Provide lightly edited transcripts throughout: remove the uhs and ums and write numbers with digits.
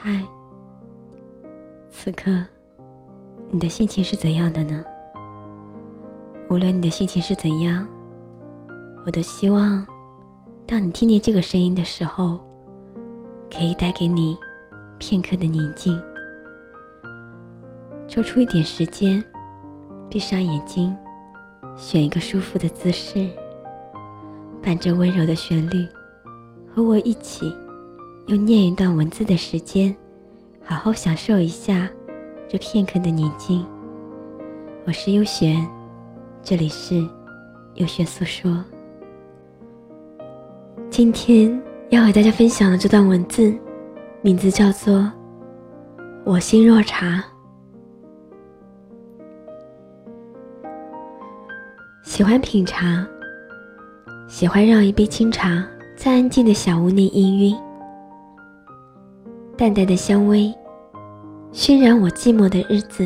嗨，此刻你的心情是怎样的呢？无论你的心情是怎样，我都希望当你听见这个声音的时候，可以带给你片刻的宁静。抽出一点时间，闭上眼睛，选一个舒服的姿势，伴着温柔的旋律，和我一起用念一段文字的时间，好好享受一下这片刻的宁静。我是悠璇，这里是悠璇诉说。今天要和大家分享的这段文字，名字叫做我心若茶。喜欢品茶，喜欢让一杯清茶在安静的小屋内氤氲，淡淡的香味熏染我寂寞的日子。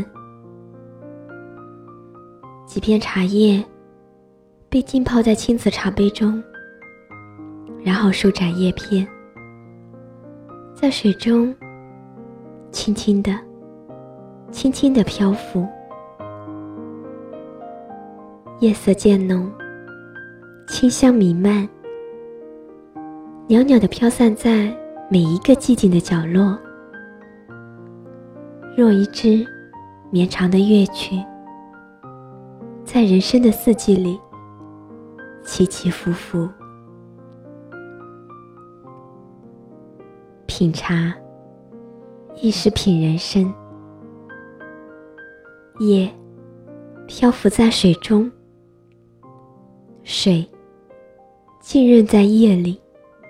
几片茶叶被浸泡在青瓷茶杯中，然后舒展叶片，在水中轻轻地漂浮。夜色渐浓，清香弥漫，袅袅地飘散在每一个寂静的角落，若一支绵长的乐曲，在人生的四季里起起伏伏。品茶亦是品人生。叶漂浮在水中，水浸润在叶里，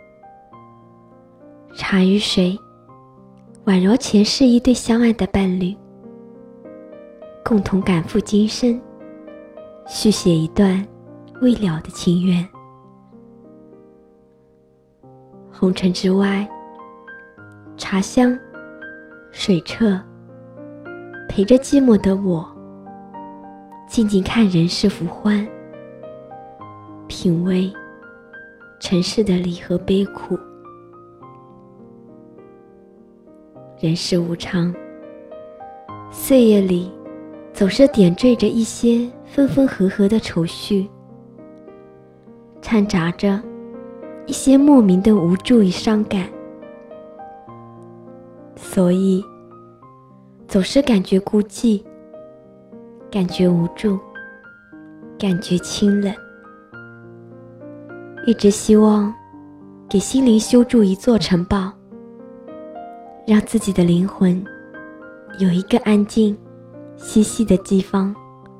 茶与水宛如前世一对相爱的伴侣，共同赶赴今生，续写一段未了的情缘。红尘之外，茶香水澈，陪着寂寞的我，静静看人世浮欢，品味尘世的离合悲苦。人世无常，岁月里总是点缀着一些分分合合的愁绪，掺杂着一些莫名的无助与伤感，所以总是感觉孤寂，感觉无助，感觉清冷。一直希望给心灵修筑一座城堡，让自己的灵魂有一个安静栖息的地方。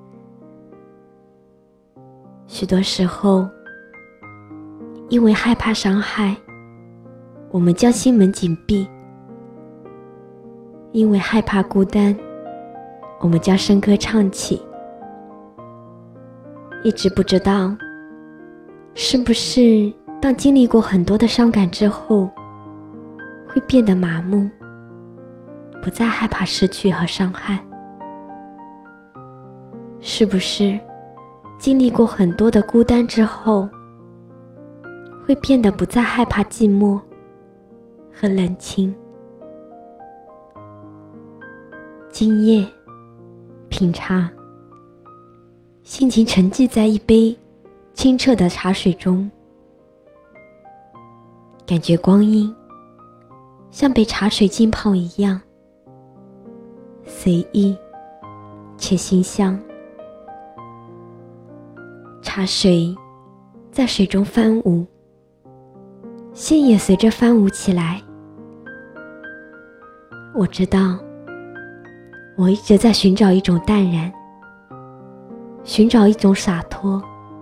许多时候，因为害怕伤害，我们将心门紧闭；因为害怕孤单，我们将笙歌唱起。一直不知道，是不是当经历过很多的伤感之后，会变得麻木，不再害怕失去和伤害？是不是经历过很多的孤单之后，会变得不再害怕寂寞和冷清？今夜品茶，心情沉寂在一杯清澈的茶水中，感觉光阴像被茶水浸泡一样，随意且馨香。茶水在水中翻舞，心也随着翻舞起来。我知道，我一直在寻找一种淡然，寻找一种洒脱。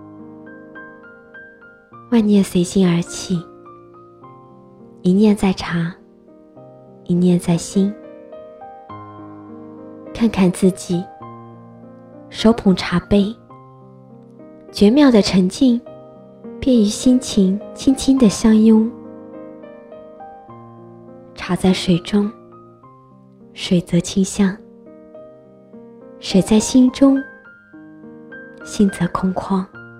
万念随心而起，一念在茶，一念在心。看看自己，手捧茶杯，绝妙的沉静便与心情轻轻的相拥。茶在水中，水则清香；水在心中，心则空旷。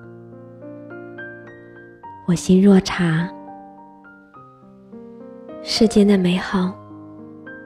我心若茶，世间的美好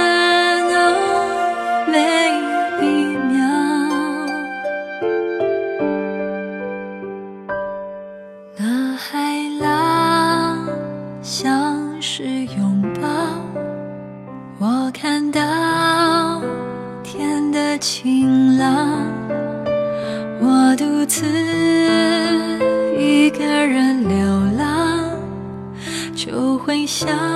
想。